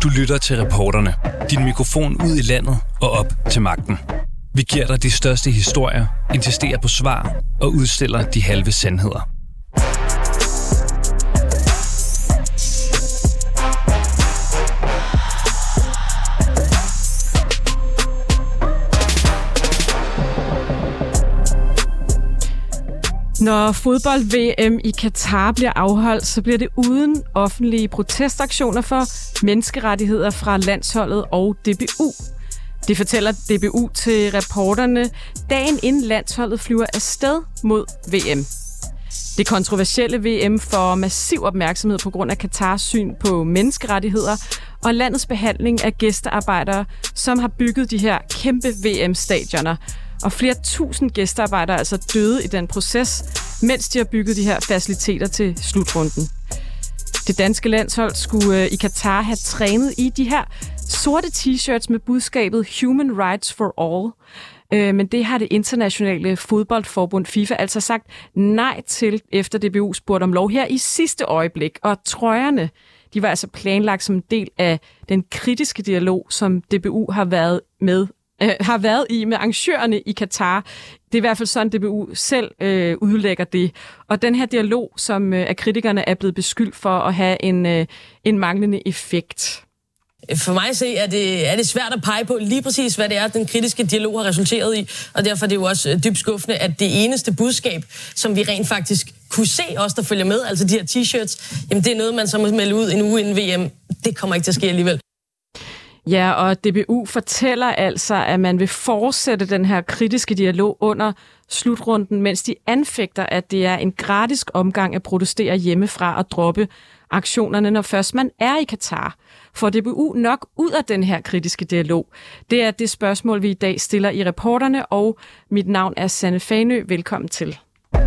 Du lytter til Reporterne. Din mikrofon ud i landet og op til magten. Vi giver dig de største historier, insisterer på svar og udstiller de halve sandheder. Når fodbold-VM i Katar bliver afholdt, så bliver det uden offentlige protestaktioner for menneskerettigheder fra landsholdet og DBU. Det fortæller DBU til reporterne dagen inden landsholdet flyver afsted mod VM. Det kontroversielle VM får massiv opmærksomhed på grund af Katars syn på menneskerettigheder og landets behandling af gæstearbejdere, som har bygget de her kæmpe VM-stadioner. Og flere tusind gæstearbejdere er altså døde i den proces, mens de har bygget de her faciliteter til slutrunden. Det danske landshold skulle i Katar have trænet i de her sorte t-shirts med budskabet Human Rights for All. Men det har det internationale fodboldforbund FIFA altså sagt nej til, efter DBU spurgte om lov her i sidste øjeblik. Og trøjerne, de var altså planlagt som en del af den kritiske dialog, som DBU har været i med arrangørerne i Katar. Det er i hvert fald sådan, DBU selv udlægger det. Og den her dialog, som af kritikerne er blevet beskyldt for at have en manglende effekt. For mig at se, er det svært at pege på lige præcis, hvad det er, den kritiske dialog har resulteret i. Og derfor er det jo også dybt skuffende, at det eneste budskab, som vi rent faktisk kunne se os, der følger med, altså de her t-shirts, jamen det er noget, man så må melde ud en uge inden VM. Det kommer ikke til at ske alligevel. Ja, og DBU fortæller altså, at man vil fortsætte den her kritiske dialog under slutrunden, mens de anfægter, at det er en gratis omgang at protestere hjemmefra og droppe aktionerne, når først man er i Katar. Får DBU nok ud af den her kritiske dialog? Det er det spørgsmål, vi i dag stiller i reporterne, og mit navn er Sanne Fanø. Velkommen til.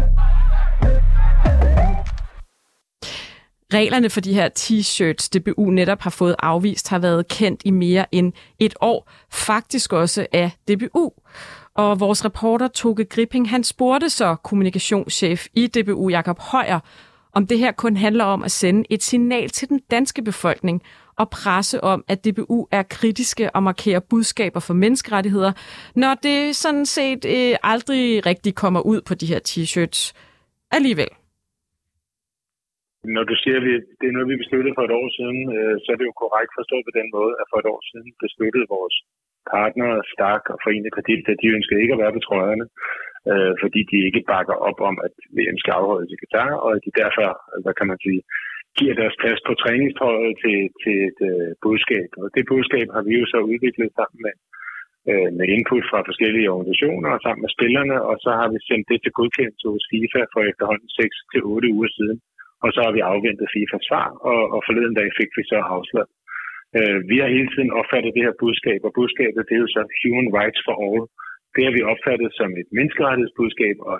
Reglerne for de her t-shirts, DBU netop har fået afvist, har været kendt i mere end et år. Faktisk også af DBU. Og vores reporter Toke Gripping, han spurgte så kommunikationschef i DBU, Jakob Højer, om det her kun handler om at sende et signal til den danske befolkning og presse om, at DBU er kritiske og markerer budskaber for menneskerettigheder, når det sådan set aldrig rigtig kommer ud på de her t-shirts alligevel. Når du siger, at det er noget, vi besluttede for et år siden, så er det jo korrekt forstået på den måde, at for et år siden besluttede vores partnere, Stark og Forenet Kredit, at de ønskede ikke at være på trøjerne, fordi de ikke bakker op om, at VM skal afholdes i Katar, og at de derfor, hvad kan man sige, giver deres plads på træningstrøjet til et budskab. Og det budskab har vi jo så udviklet sammen med input fra forskellige organisationer og sammen med spillerne, og så har vi sendt det til godkendelse hos FIFA for efterhånden 6 til 8 uger siden. Og så har vi afventet FIFAs svar, og forleden dag fik vi så afslag. Vi har hele tiden opfattet det her budskab, og budskabet det er jo så Human Rights for All. Det har vi opfattet som et menneskerettighedsbudskab, og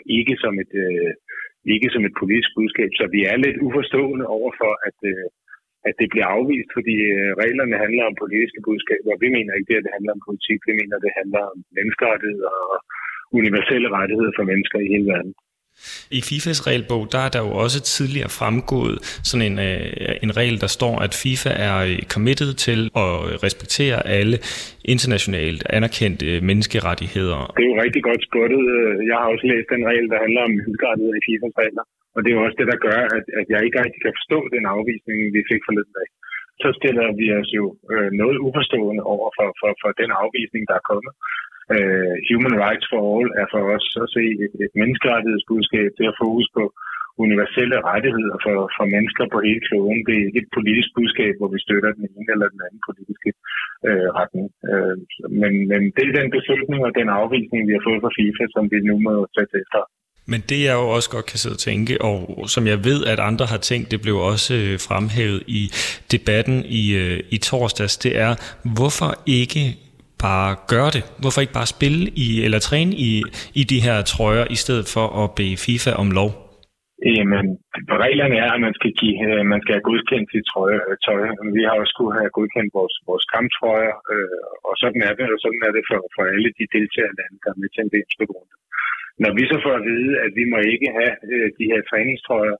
ikke som et politisk budskab. Så vi er lidt uforstående overfor, at det bliver afvist, fordi reglerne handler om politiske budskaber, og vi mener ikke, at det handler om politik. Vi mener, at det handler om menneskerettigheder og universelle rettigheder for mennesker i hele verden. I FIFAs regelbog, der er der jo også tidligere fremgået sådan en regel, der står, at FIFA er committed til at respektere alle internationalt anerkendte menneskerettigheder. Det er jo rigtig godt spurgt. Jeg har også læst den regel, der handler om menneskerettigheder i FIFAs regler, og det er jo også det, der gør, at jeg ikke rigtig kan forstå den afvisning, vi fik forleden dag. Så stiller vi os jo noget uforstående over for den afvisning, der er kommet. Human Rights for All er for os at se et menneskerettighedsbudskab. Det har fokus på universelle rettigheder for mennesker på hele kloden. Det er ikke et politisk budskab, hvor vi støtter den ene eller den anden politiske retning. Men det er den beslutning og den afvisning, vi har fået fra FIFA, som vi nu må tage til efter. Men det jeg jo også godt kan sidde og tænke, og som jeg ved, at andre har tænkt, det blev også fremhævet i debatten i torsdags, det er, hvorfor ikke bare gøre det? Hvorfor ikke bare spille eller træne i de her trøjer, i stedet for at bede FIFA om lov? Jamen, reglerne er, at man skal have godkendt sit tøj. Vi har også skulle have godkendt vores kamptrøjer, og sådan er det, for alle de deltagerlande, der er med til en VM-runde. Når vi så får at vide, at vi må ikke have de her træningstrøjer,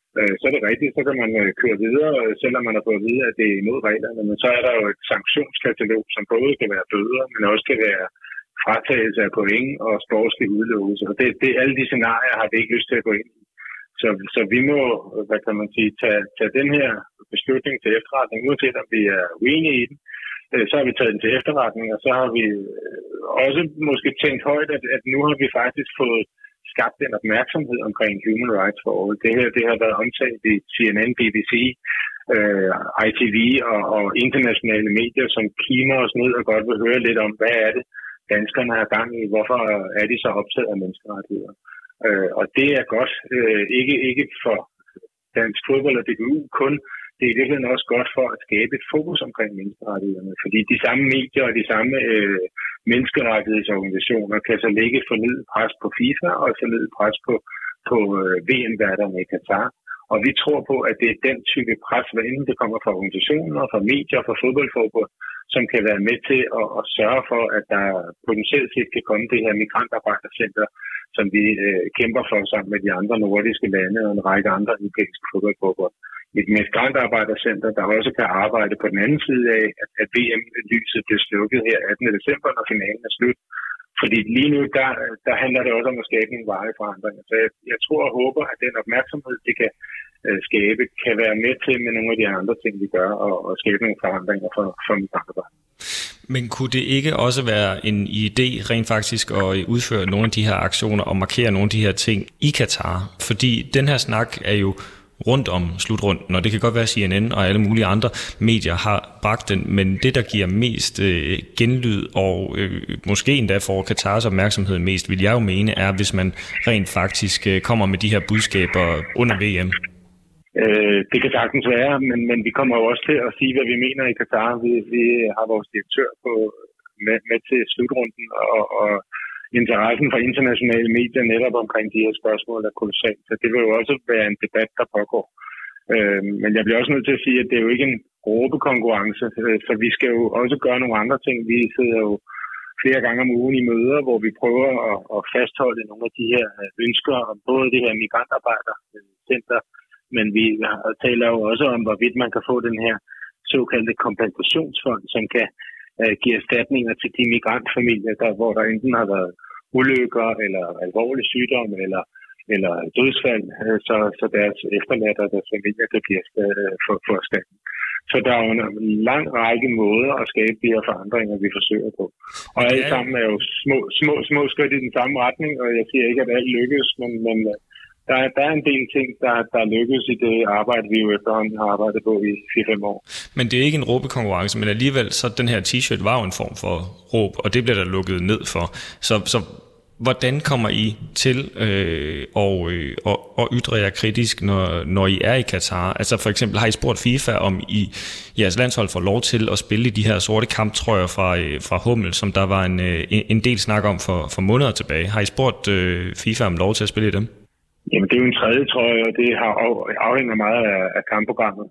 så er det rigtigt, så kan man køre videre, selvom man har fået at vide, at det er imod reglerne. Men så er der jo et sanktionskatalog, som både kan være bøder, men også kan være fratagelse af point og sportslig udelukkelse. Og det alle de scenarier har vi ikke lyst til at gå ind i. Så vi må, hvad kan man sige, tage den her beslutning til efterretning, uanset om vi er uenige i den. Så har vi taget den til efterretning, og så har vi også måske tænkt højt, at nu har vi faktisk fået skabt en opmærksomhed omkring human rights for all. Det har været omtalt i CNN, BBC, ITV og internationale medier, som kimer os ned og godt vil høre lidt om, hvad er det, danskerne har gang i, hvorfor er de så optaget af menneskerettigheder. Og det er godt, ikke for dansk fodbold og DBU kun, det er i virkeligheden også godt for at skabe et fokus omkring menneskerettighederne, fordi de samme medier og de samme menneskerettighedsorganisationer kan så lægge fornyet pres på FIFA og fornyet pres på VM-værterne i Katar. Og vi tror på, at det er den type pres, hvad enten det kommer fra organisationer, fra medier, fra fodboldforbund, som kan være med til at sørge for, at der potentielt set kan komme det her migrantarbejdercenter, som vi kæmper for sammen med de andre nordiske lande og en række andre europæiske fodboldforbund. Et migrantarbejdercenter, der også kan arbejde på den anden side af, at VM-lyset bliver slukket her 18. december, når finalen er slut. Fordi lige nu, der handler det også om at skabe nogle varige forandringer. Så jeg tror og håber, at den opmærksomhed, det kan skabe, kan være med til med nogle af de andre ting, vi gør, og skabe nogle forandringer for migrantarbejder. Men kunne det ikke også være en idé rent faktisk at udføre nogle af de her aktioner og markere nogle af de her ting i Katar? Fordi den her snak er jo rundt om slutrunden, og det kan godt være CNN og alle mulige andre medier har bragt den, men det, der giver mest genlyd og måske endda får Katars opmærksomhed mest, vil jeg jo mene, er, hvis man rent faktisk kommer med de her budskaber under VM. Det kan sagtens være, men vi kommer jo også til at sige, hvad vi mener i Katar. Vi har vores direktør med til slutrunden, og interessen for internationale medier netop omkring de her spørgsmål er kolossalt. Så det vil jo også være en debat, der pågår. Men jeg bliver også nødt til at sige, at det er jo ikke en råbekonkurrence, så vi skal jo også gøre nogle andre ting. Vi sidder jo flere gange om ugen i møder, hvor vi prøver at fastholde nogle af de her ønsker om både det her migrantarbejdercenter, men vi taler jo også om, hvorvidt man kan få den her såkaldte kompensationsfond, som kan give erstatninger til de migrantfamilier, hvor der enten har været ulykker eller alvorlig sygdom eller dødsfald, så deres efterladte og deres familier kan blive for erstatning. Så der er jo en lang række måder at skabe de her forandringer, vi forsøger på. Og alle sammen er jo små skridt i den samme retning, og jeg siger ikke, at alt lykkes, men der er en del ting, der lykkes i det arbejde, vi jo efterhånden har arbejdet på i 4-5 år. Men det er ikke en råbekonkurrence, men alligevel, så den her t-shirt var jo en form for råb, og det bliver der lukket ned for. Så hvordan kommer I til at ytre jer kritisk, når I er i Katar? Altså for eksempel, har I spurgt FIFA, om jeres landshold får lov til at spille i de her sorte kamptrøjer fra Hummel, som der var en del snak om for måneder tilbage. Har I spurgt FIFA om lov til at spille i dem? Jamen, det er jo en tredje trøje, og det afhænger meget af kampprogrammet.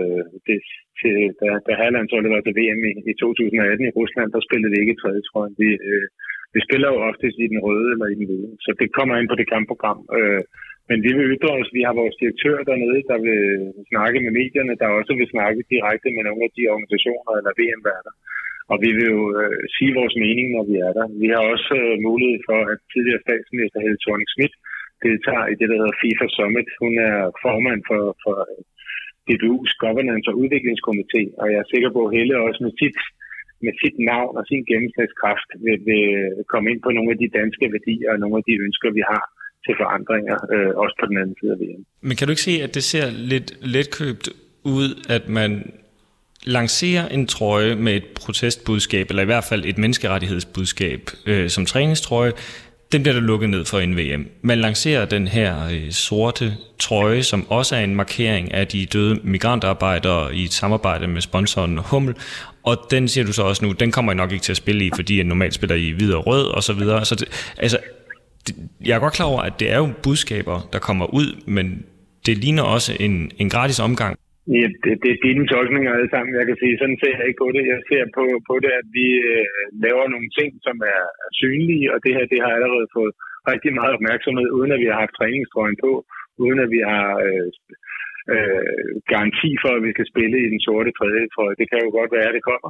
Da herrelandsholdet var til VM i 2018 i Rusland, der spillede vi ikke i tredje trøje. Vi spiller jo oftest i den røde eller i den hvide, så det kommer ind på det kampprogram. Men vi vil ytre os. Vi har vores direktør dernede, der vil snakke med medierne, der også vil snakke direkte med nogle af de organisationer eller VM-værter. Og vi vil jo sige vores mening, når vi er der. Vi har også mulighed for, at tidligere statsminister Helle Thorning-Schmidt deltager i det, der hedder FIFA Summit. Hun er formand for DBU's Governance- og Udviklingskomité, og jeg er sikker på, at Helle også med sit navn og sin gennemslagskraft vil komme ind på nogle af de danske værdier og nogle af de ønsker, vi har til forandringer, også på den anden side af VM. Men kan du ikke se, at det ser lidt letkøbt ud, at man lancerer en trøje med et protestbudskab, eller i hvert fald et menneskerettighedsbudskab som træningstrøje? Den bliver der lukket ned for en VM. Man lancerer den her sorte trøje, som også er en markering af de døde migrantarbejdere i et samarbejde med sponsoren Hummel. Og den siger du så også nu, den kommer jeg nok ikke til at spille i, fordi jeg normalt spiller i hvid og rød og så videre. Så jeg er godt klar over, at det er jo budskaber, der kommer ud, men det ligner også en gratis omgang. Ja, det er dine tolkninger alle sammen, jeg kan sige. Sådan ser jeg ikke på det. Jeg ser på det, at vi laver nogle ting, som er synlige, og det her det har allerede fået rigtig meget opmærksomhed, uden at vi har haft træningstrøjen på, uden at vi har garanti for, at vi kan spille i den sorte tredje, for det kan jo godt være, at det kommer.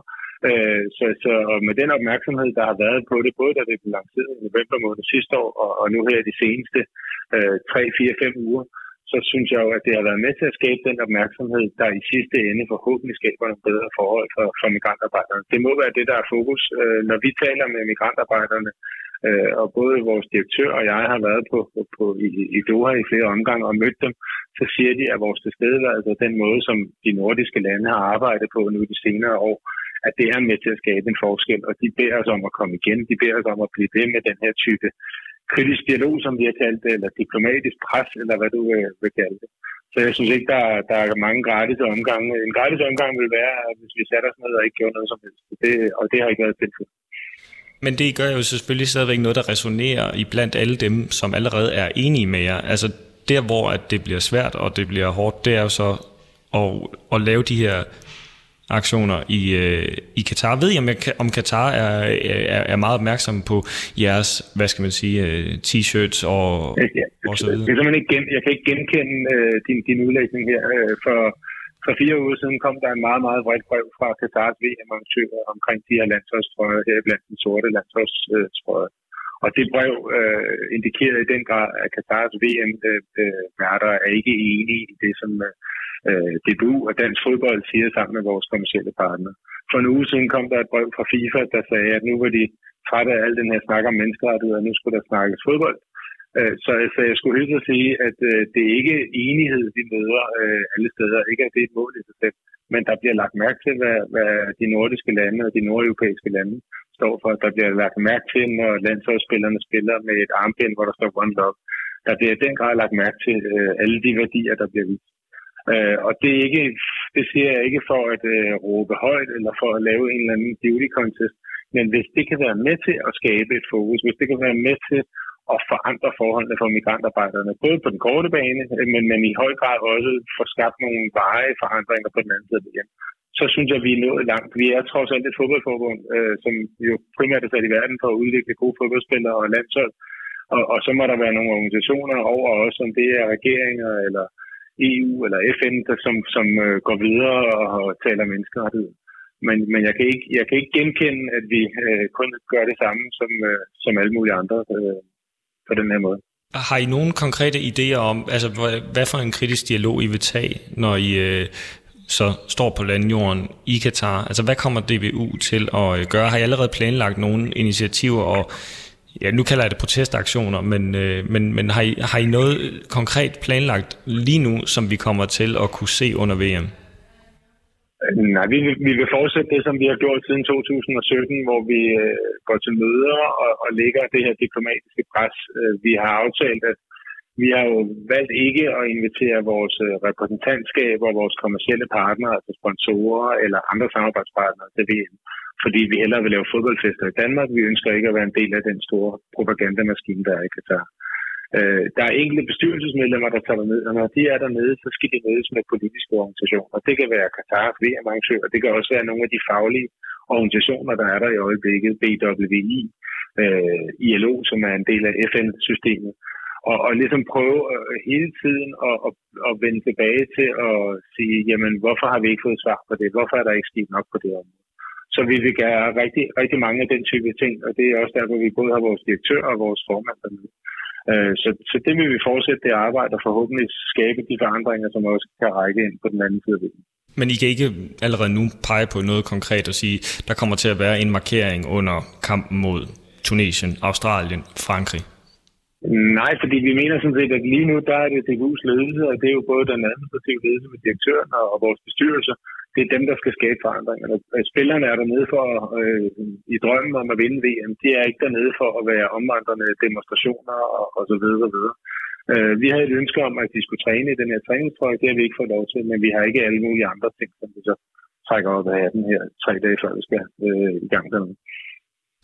Så med den opmærksomhed, der har været på det, både da det blev lanceret i november måned sidste år, og nu her de seneste 3, 4, 5 uger, så synes jeg jo, at det har været med til at skabe den opmærksomhed, der i sidste ende forhåbentlig skaber nogle bedre forhold for migrantarbejderne. Det må være det, der er fokus. Når vi taler med migrantarbejderne, og både vores direktør og jeg har været i Doha i flere omgange og mødt dem, så siger de, at vores tilstedeværelse og den måde, som de nordiske lande har arbejdet på nu de senere år, at det er med til at skabe en forskel, og de beder os om at komme igen, de beder os om at blive ved med den her type kritisk dialog, som vi har kaldt det, eller diplomatisk pres, eller hvad du vil kalde det. Så jeg synes ikke, der er mange gratis omgange. En gratis omgang vil være, hvis vi satte os ned og ikke gjorde noget som helst. Og det har ikke været tilfældet. Men det gør jo selvfølgelig stadigvæk noget, der resonerer i blandt alle dem, som allerede er enige med jer. Altså der, hvor at det bliver svært, og det bliver hårdt, det er jo så at lave de her aktioner i Katar. Ved I, om Katar er meget opmærksom på jeres, hvad skal man sige, t-shirts og så videre? Det er simpelthen ikke jeg kan ikke genkende din udlægning her. For 4 uger siden kom der en meget, meget bredt brev fra Katars VM-arrangører omkring de her landsholdstrøjer, her blandt den sorte landsholdstrøjer. Og det brev indikerede i den grad, at Katars VM-værter er ikke enige i det, som DBU og dansk fodbold siger sammen med vores kommercielle partnere. For en uge siden kom der et brev fra FIFA, der sagde, at nu var de trætte af al den her snak om menneskerettigheder, og nu skulle der snakkes fodbold. Så jeg skulle helt at sige, at det er ikke enighed, vi møder alle steder. Ikke at det er et mål i sig selv, men der bliver lagt mærke til, hvad de nordiske lande og de nordeuropæiske lande står for. Der bliver lagt mærke til, når landsholdsspillerne spiller med et armbind, hvor der står One Love. Der bliver i den grad lagt mærke til alle de værdier, der bliver vist. Og det siger jeg ikke for at råbe højt eller for at lave en eller anden beauty contest, men hvis det kan være med til at skabe et fokus, hvis det kan være med til at forandre forholdene for migrantarbejderne, både på den korte bane, men i høj grad også få skabt nogle varige forandringer på den anden side igen, så synes jeg, at vi er nået langt. Vi er trods alt et fodboldforbund, som jo primært er sat i verden for at udvikle gode fodboldspillere og landshold, og så må der være nogle organisationer over os, om det er regeringer eller EU eller FN, som går videre og taler menneskerettighed. Men jeg kan ikke genkende, at vi kun gør det samme som alle mulige andre på den her måde. Har I nogle konkrete idéer om, altså hvad for en kritisk dialog I vil tage, når I så står på landjorden i Katar? Altså hvad kommer DBU til at gøre? Har I allerede planlagt nogle initiativer, og ja, nu kalder jeg det protestaktioner, men har I noget konkret planlagt lige nu, som vi kommer til at kunne se under VM? Nej, vi vil fortsætte det, som vi har gjort siden 2017, hvor vi går til møder og lægger det her diplomatiske pres. Vi har aftalt, at vi har jo valgt ikke at invitere vores repræsentantskab og vores kommercielle partnere, altså sponsorer eller andre samarbejdspartnere til VM, fordi vi hellere vil lave fodboldfester i Danmark. Vi ønsker ikke at være en del af den store propagandamaskine, der er i Katar. Der er enkelte bestyrelsesmedlemmer, der tager ned, og når de er dernede, så skal de mødes med politiske organisationer. Det kan være Katars VM-arrangører, det kan også være nogle af de faglige organisationer, der er der i øjeblikket, BWI, ILO, som er en del af FN-systemet, og ligesom prøve hele tiden at vende tilbage til at sige, jamen hvorfor har vi ikke fået svar på det? Hvorfor er der ikke sket nok på det område? Så vi vil gøre rigtig, rigtig mange af den type ting, og det er også derfor, vi både har vores direktør og vores formand dernede. Så det vil vi fortsætte det arbejde og forhåbentlig skabe de forandringer, som også kan række ind på den anden side af det. Men I kan ikke allerede nu pege på noget konkret og sige, der kommer til at være en markering under kampen mod Tunesien, Australien, Frankrig? Nej, fordi vi mener sådan set, at lige nu der er det DBU's ledelse, og det er jo både den administrative ledelse med direktøren og vores bestyrelser. Det er dem, der skal skabe forandringerne. Spillerne er dernede for i drømmen om at vinde VM. De er ikke dernede for at være omvandrende demonstrationer og så videre. Vi havde et ønske om, at de skulle træne i den her træningstrøje. Det har vi ikke fået lov til, men vi har ikke alle mulige andre ting, som vi så trækker op af den her 3 dage før vi skal i gang dernede.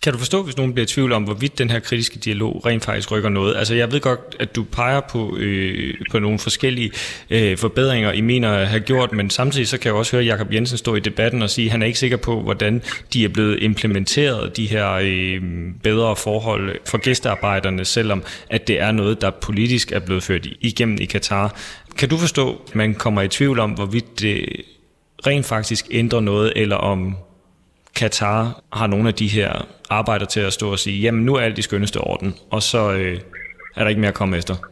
Kan du forstå, hvis nogen bliver i tvivl om, hvorvidt den her kritiske dialog rent faktisk rykker noget? Altså, jeg ved godt, at du peger på nogle forskellige forbedringer, I mener at have gjort, men samtidig så kan jeg også høre Jacob Jensen stå i debatten og sige, at han er ikke sikker på, hvordan de er blevet implementeret, de her bedre forhold for gæstearbejderne, selvom at det er noget, der politisk er blevet ført igennem i Katar. Kan du forstå, at man kommer i tvivl om, hvorvidt det rent faktisk ændrer noget, eller om Katar har nogle af de her arbejder til at stå og sige, jamen nu er alt i skønneste orden, og så er der ikke mere at komme efter?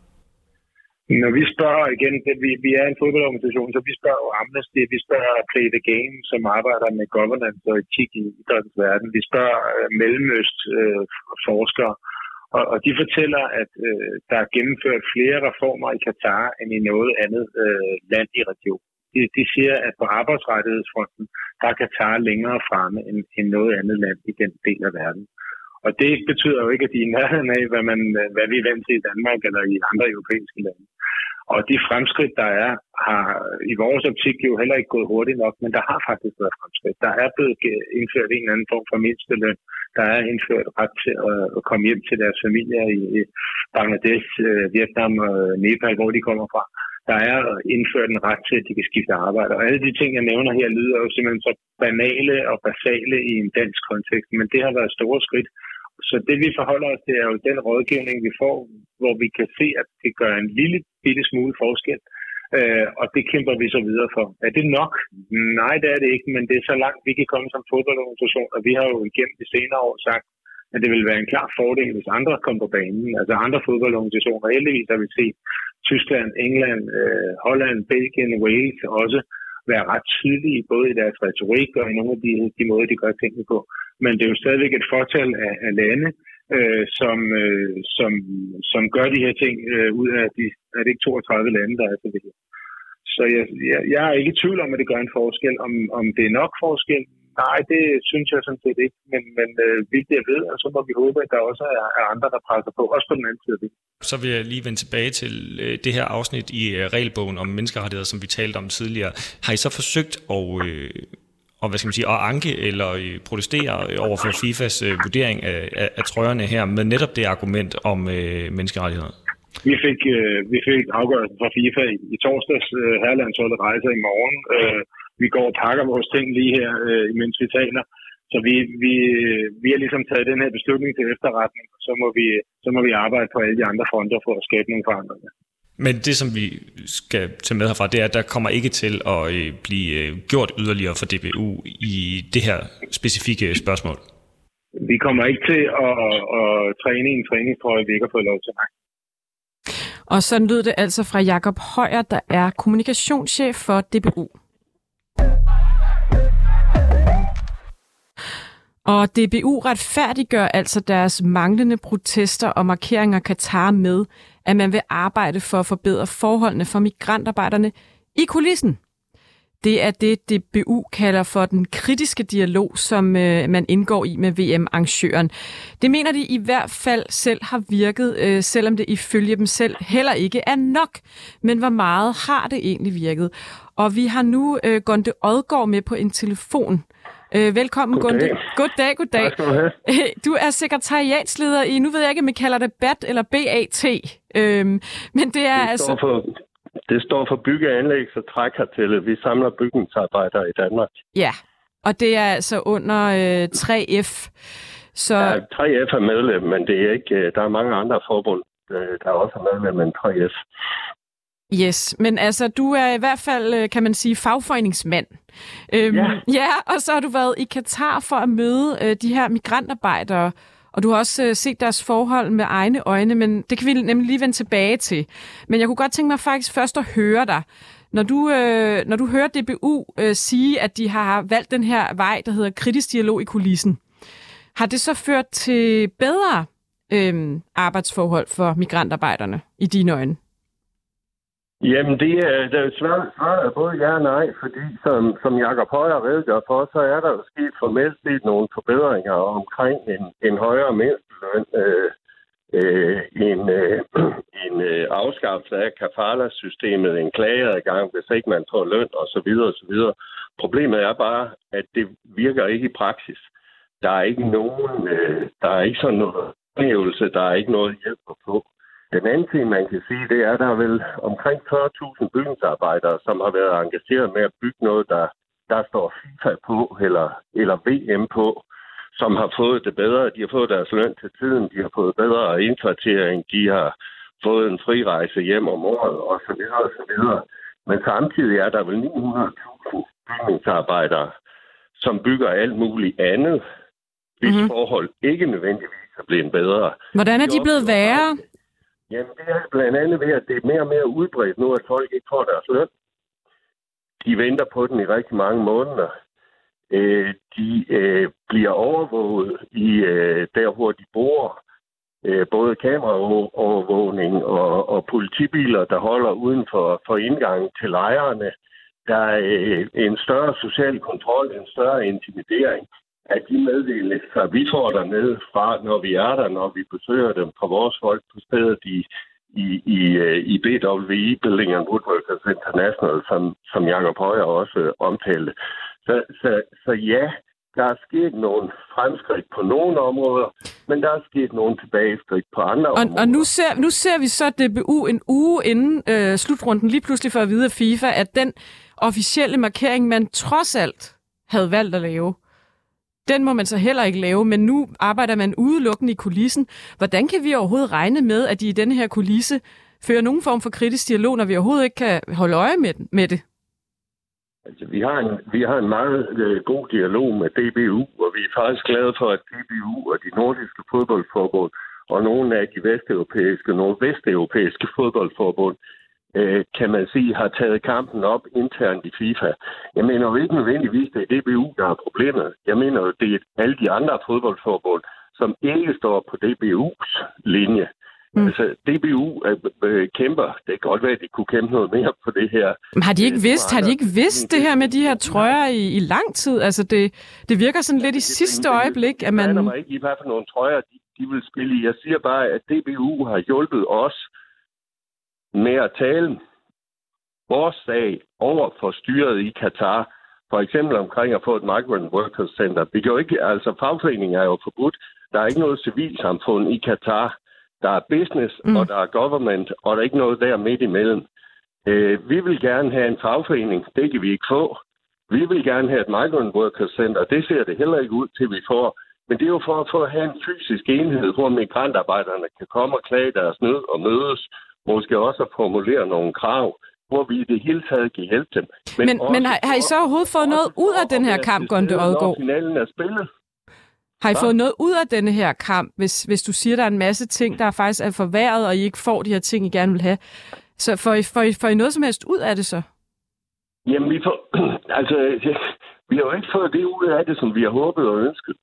Når vi spørger igen, vi er en fodboldorganisation, så vi spørger jo Amnesty, vi spørger Play the Game, som arbejder med governance og etik i idrættens verden. Vi spørger Mellemøst-forskere, og de fortæller, at der er gennemført flere reformer i Katar end i noget andet land i regionen. De siger, at på arbejdsrettighedsfronten, der er Katar længere fremme end noget andet land i den del af verden. Og det betyder jo ikke, at de er i nærheden af, hvad vi er vant til i Danmark eller i andre europæiske lande. Og de fremskridt, der er, har i vores optik jo heller ikke gået hurtigt nok, men der har faktisk været fremskridt. Der er blevet indført en eller anden form for mindsteløn. Der er indført ret til at komme hjem til deres familier i Bangladesh, Vietnam og Nepal, hvor de kommer fra. Der er indført en ret til, at de kan skifte arbejde. Og alle de ting, jeg nævner her, lyder jo simpelthen så banale og basale i en dansk kontekst, men det har været store skridt. Så det, vi forholder os til, er jo den rådgivning, vi får, hvor vi kan se, at det gør en lille bitte smule forskel. Og det kæmper vi så videre for. Er det nok? Nej, det er det ikke, men det er så langt, vi kan komme som fodboldorganisation, og vi har jo igennem de senere år sagt, at det vil være en klar fordel, hvis andre kommer på banen, altså andre fodboldorganisationer. Heldigvis har vi set Tyskland, England, Holland, Belgien, Wales også være ret tydelige, både i deres retorik og i nogle af de måder, de gør tingene på. Men det er jo stadigvæk et fortal af lande, som gør de her ting ud af er det ikke 32 lande, der er til det her. Så jeg er ikke i tvivl om, at det gør en forskel. Om det er nok forskel? Nej, det synes jeg sådan set ikke. Men vildt jeg ved, og så må vi håbe, at der også er andre, der presser på, også på den anden side. Så vil jeg lige vende tilbage til det her afsnit i regelbogen om menneskerettigheder, som vi talte om tidligere. Har I så forsøgt at anke eller protestere over for FIFAs vurdering af trøjerne her med netop det argument om menneskerettigheder? Vi fik afgørelsen fra FIFA i torsdags. Herrelandsholdet rejser i morgen. Vi går og pakker vores ting lige her, mens vi taler. Så vi har ligesom taget den her beslutning til efterretning, og så må vi arbejde på alle de andre fronter for at skabe nogle forandringer. Men det, som vi skal tage med herfra, det er, at der kommer ikke til at blive gjort yderligere for DBU i det her specifikke spørgsmål. Vi kommer ikke til at træne i en træningstrøje, vi ikke har fået lov til. Og sådan lød det altså fra Jacob Højer, der er kommunikationschef for DBU. Og DBU retfærdiggør altså deres manglende protester og markeringer Katar med, at man vil arbejde for at forbedre forholdene for migrantarbejderne i kulissen. Det er det, DBU kalder for den kritiske dialog, som man indgår i med VM-arrangøren. Det mener de i hvert fald selv har virket, selvom det ifølge dem selv heller ikke er nok. Men hvor meget har det egentlig virket? Og vi har nu Gunde Odgaard med på en telefon. Velkommen, Gunde. Goddag. Du er sekretariatsleder i, nu ved jeg ikke, om I kalder det BAT eller BAT, men det er Det står for byggeanlægs- og trækartellet. Vi samler bygningsarbejdere i Danmark. Ja, og det er altså under 3F. Så... Ja, 3F er medlem, men det er ikke. Der er mange andre forbund, der også er medlem end 3F. Yes, men altså, du er i hvert fald, kan man sige, fagforeningsmand. Ja, og så har du været i Katar for at møde de her migrantarbejdere, og du har også set deres forhold med egne øjne, men det kan vi nemlig lige vende tilbage til. Men jeg kunne godt tænke mig faktisk først at høre dig. Når du hører DBU sige, at de har valgt den her vej, der hedder kritisk dialog i kulissen, har det så ført til bedre arbejdsforhold for migrantarbejderne i dine øjne? Jamen, det er svaret både ja og nej, fordi som Jacob Højer redegør for, så er der jo sket formelt set nogle forbedringer omkring en højere mindsteløn, en afskaffelse af kafala-systemet, en klageadgang, hvis ikke man får løn osv. Problemet er bare, at det virker ikke i praksis. Der er ikke nogen, der er ikke sådan noget hævelse, der er ikke noget hjælp at få. Den anden ting, man kan sige, det er, at der er vel omkring 40.000 bygningsarbejdere, som har været engageret med at bygge noget, der står FIFA på, eller VM på, som har fået det bedre. De har fået deres løn til tiden, de har fået bedre indkvartering, de har fået en frirejse hjem om året, osv. osv. Men samtidig er der vel 900.000 bygningsarbejdere, som bygger alt muligt andet, hvis forhold ikke nødvendigvis er blevet bedre. Hvordan er de blevet værre? Jamen, det er blandt andet ved, at det er mere og mere udbredt nu, at folk ikke får deres løn. De venter på den i rigtig mange måneder. De bliver overvåget i der, hvor de bor. Både kameraovervågning og politibiler, der holder uden for indgangen til lejrene. Der er en større social kontrol, en større intimidering af de meddelelser, vi får dernede fra, når vi er der, når vi besøger dem fra vores folk på stedet i BWI, Building and Woodworkers International, som Jacob Højer også omtalte. Så ja, der er sket nogle fremskridt på nogle områder, men der er sket nogle tilbageskridt på andre områder. Og nu ser vi så DBU en uge inden slutrunden lige pludselig for at vide af FIFA, at den officielle markering, man trods alt havde valgt at lave, den må man så heller ikke lave, men nu arbejder man udelukkende i kulissen. Hvordan kan vi overhovedet regne med, at de i denne her kulisse fører nogen form for kritisk dialog, når vi overhovedet ikke kan holde øje med det? Altså, vi har en meget god dialog med DBU, og vi er faktisk glade for, at DBU og de nordiske fodboldforbund og nogle af de nordvesteuropæiske fodboldforbund, kan man sige, har taget kampen op internt i FIFA. Jeg mener jo ikke nødvendigvis, det er DBU, der er problemet. Jeg mener jo, det er alle de andre fodboldforbund, som ikke står på DBU's linje. Altså, DBU kæmper. Det kan godt være, at de kunne kæmpe noget mere på det her. Men har de ikke vidst det her med de her trøjer i lang tid? Altså, det virker sådan lidt i sidste øjeblik, at man... Jeg mig ikke i hvert fald nogle trøjer, de vil spille i. Jeg siger bare, at DBU har hjulpet os med at tale vores sag over for styret i Katar. For eksempel omkring at få et Migrant Workers Center. Vi kan jo ikke, altså fagforeninger er jo forbudt. Der er ikke noget civilsamfund i Katar. Der er business, og der er government, og der er ikke noget der midt imellem. Vi vil gerne have en fagforening. Det kan vi ikke få. Vi vil gerne have et Migrant Workers Center. Det ser det heller ikke ud til, vi får. Men det er jo for at have en fysisk enhed, hvor migrantarbejderne kan komme og klage deres nød og mødes. Måske også at formulere nogle krav, hvor vi i det hele taget kan hjælpe dem. Men har I så overhovedet fået noget ud af den her kamp, Gunthe Odgaard? Finalen er spillet. Har I fået noget ud af denne her kamp, hvis du siger, der er en masse ting, der faktisk er forværret, og I ikke får de her ting, I gerne vil have? Så får I noget som helst ud af det så? Jamen, vi har jo ikke fået det ud af det, som vi har håbet og ønsket.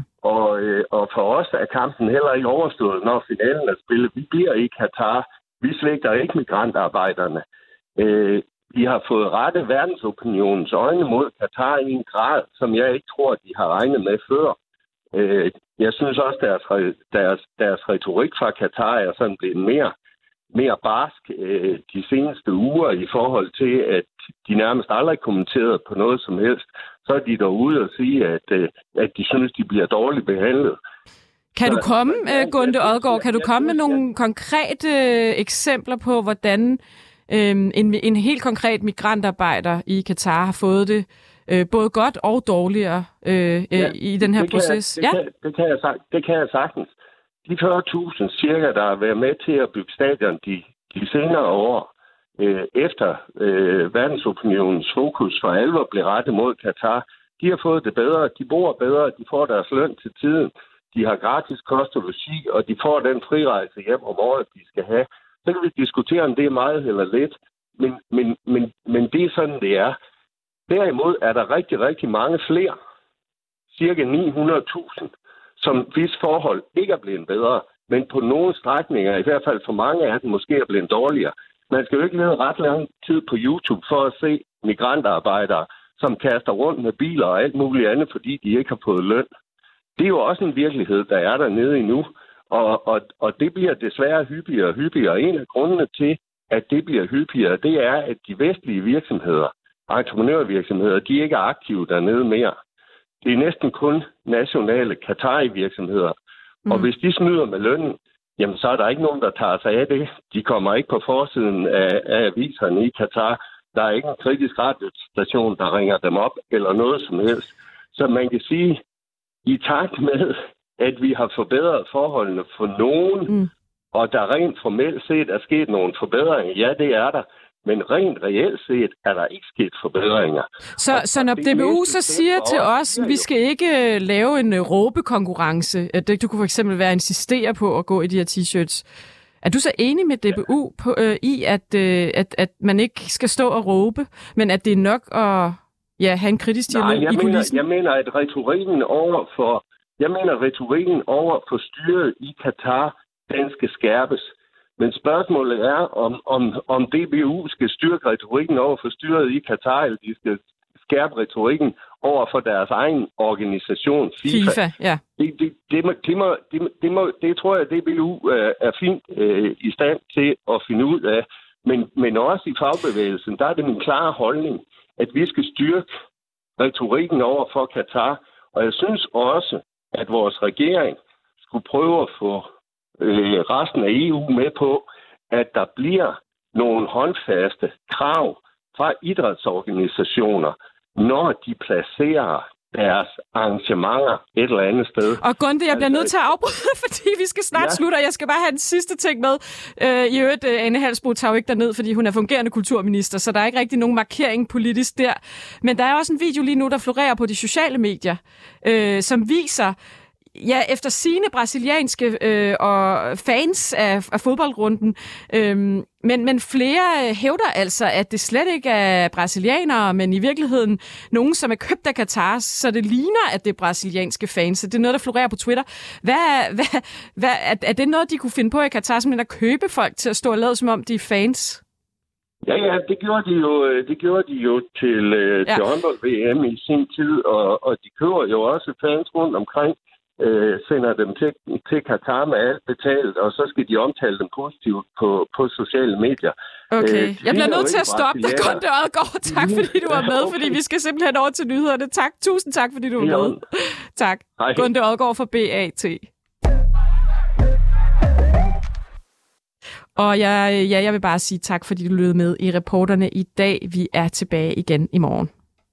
Og for os er kampen heller ikke overstået, når finalen er spillet. Vi bliver i Katar. Vi slægter ikke migrantarbejderne. Vi har fået rette verdensopinionens øjne mod Katar i en grad, som jeg ikke tror, de har regnet med før. Jeg synes også, deres retorik fra Katar er sådan blevet mere barsk de seneste uger i forhold til, at de nærmest aldrig kommenterede på noget som helst. Så er de derude og sige, at de synes, de bliver dårligt behandlet. Kan du komme, Gunthe Odgaard, kan du komme med nogle konkrete eksempler på, hvordan en helt konkret migrantarbejder i Katar har fået det både godt og dårligere i den her proces? Det kan jeg sagtens. De 40.000 cirka, der har været med til at bygge stadion de senere år, efter verdensopinionens fokus for alvor blev rettet mod Katar, de har fået det bedre, de bor bedre, de får deres løn til tiden, de har gratis kost og logi, og de får den frirejse hjem om året, de skal have. Så kan vi diskutere, om det er meget eller lidt, men det er sådan, det er. Derimod er der rigtig, rigtig mange flere, cirka 900.000, som hvis forhold ikke er blevet bedre, men på nogle strækninger, i hvert fald for mange af dem, måske er blevet dårligere. Man skal jo ikke lede ret lang tid på YouTube for at se migrantarbejdere, som kaster rundt med biler og alt muligt andet, fordi de ikke har fået løn. Det er jo også en virkelighed, der er dernede endnu, og det bliver desværre hyppigere og hyppigere. En af grundene til, at det bliver hyppigere, det er, at de vestlige virksomheder, entreprenørvirksomheder, de ikke er aktive dernede mere. Det er næsten kun nationale Qatari-virksomheder. Og hvis de snyder med lønnen, jamen så er der ikke nogen, der tager sig af det. De kommer ikke på forsiden af aviserne i Katar. Der er ikke en kritisk radiostation, der ringer dem op, eller noget som helst. Så man kan sige, i takt med, at vi har forbedret forholdene for nogen, og der rent formelt set er sket nogle forbedringer, ja, det er der. Men rent reelt set er der ikke sket forbedringer. Så når DBU så siger til os, at vi skal ikke lave en råbekonkurrence, det kunne for eksempel være at insistere på at gå i de her t-shirts, er du så enig med DBU i, at man ikke skal stå og råbe, men at det er nok at have en kritisk dialog i kulissen? Jeg mener, at retorikken over for styret i Katar, den skal skærpes. Men spørgsmålet er, om DBU skal styrke retorikken over for styret i Katar, eller de skal skærpe retorikken over for deres egen organisation, FIFA. Ja. Det tror jeg, DBU er fint i stand til at finde ud af. Men også i fagbevægelsen, der er det min klare holdning, at vi skal styrke retorikken over for Katar. Og jeg synes også, at vores regering skulle prøve at få resten af EU med på, at der bliver nogle håndfaste krav fra idrætsorganisationer, når de placerer deres arrangementer et eller andet sted. Og Gunde, jeg bliver nødt til at afbryde, fordi vi skal snart slutte, og jeg skal bare have en sidste ting med. I øvrigt, Ane Halsboe tager jo ikke derned, fordi hun er fungerende kulturminister, så der er ikke rigtig nogen markering politisk der. Men der er også en video lige nu, der florerer på de sociale medier, som viser efter sigende brasilianske og fans af fodboldrunden. Men flere hævder altså, at det slet ikke er brasilianere, men i virkeligheden nogen, som er købt af Katar, så det ligner, at det er brasilianske fans. Det er noget, der florerer på Twitter. Er det noget, de kunne finde på i Katar, simpelthen at købe folk til at stå og lade, som om de er fans? Ja, det gjorde de jo til håndbold-VM i sin tid, og de køber jo også fans rundt omkring, sender dem til Katar med alt betalt, og så skal de omtale dem positivt på sociale medier. Okay, jeg bliver nødt til at stoppe dig, Gunde Odgaard. Tak, fordi du var med, fordi vi skal simpelthen over til nyhederne. Tak, tusind tak, fordi du var med. Tak. Gunde Odgaard fra BAT. Og jeg vil bare sige tak, fordi du lyttede med i Reporterne i dag. Vi er tilbage igen i morgen.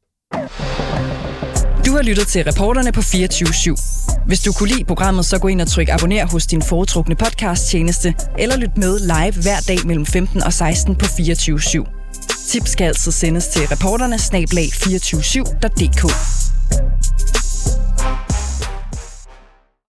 Du har lyttet til Reporterne på 24/7. Hvis du kunne lide programmet, så gå ind og tryk abonner hos din foretrukne podcasttjeneste, eller lyt med live hver dag mellem 15 og 16 på 24/7. Tips skal altid sendes til reporterne@247.dk.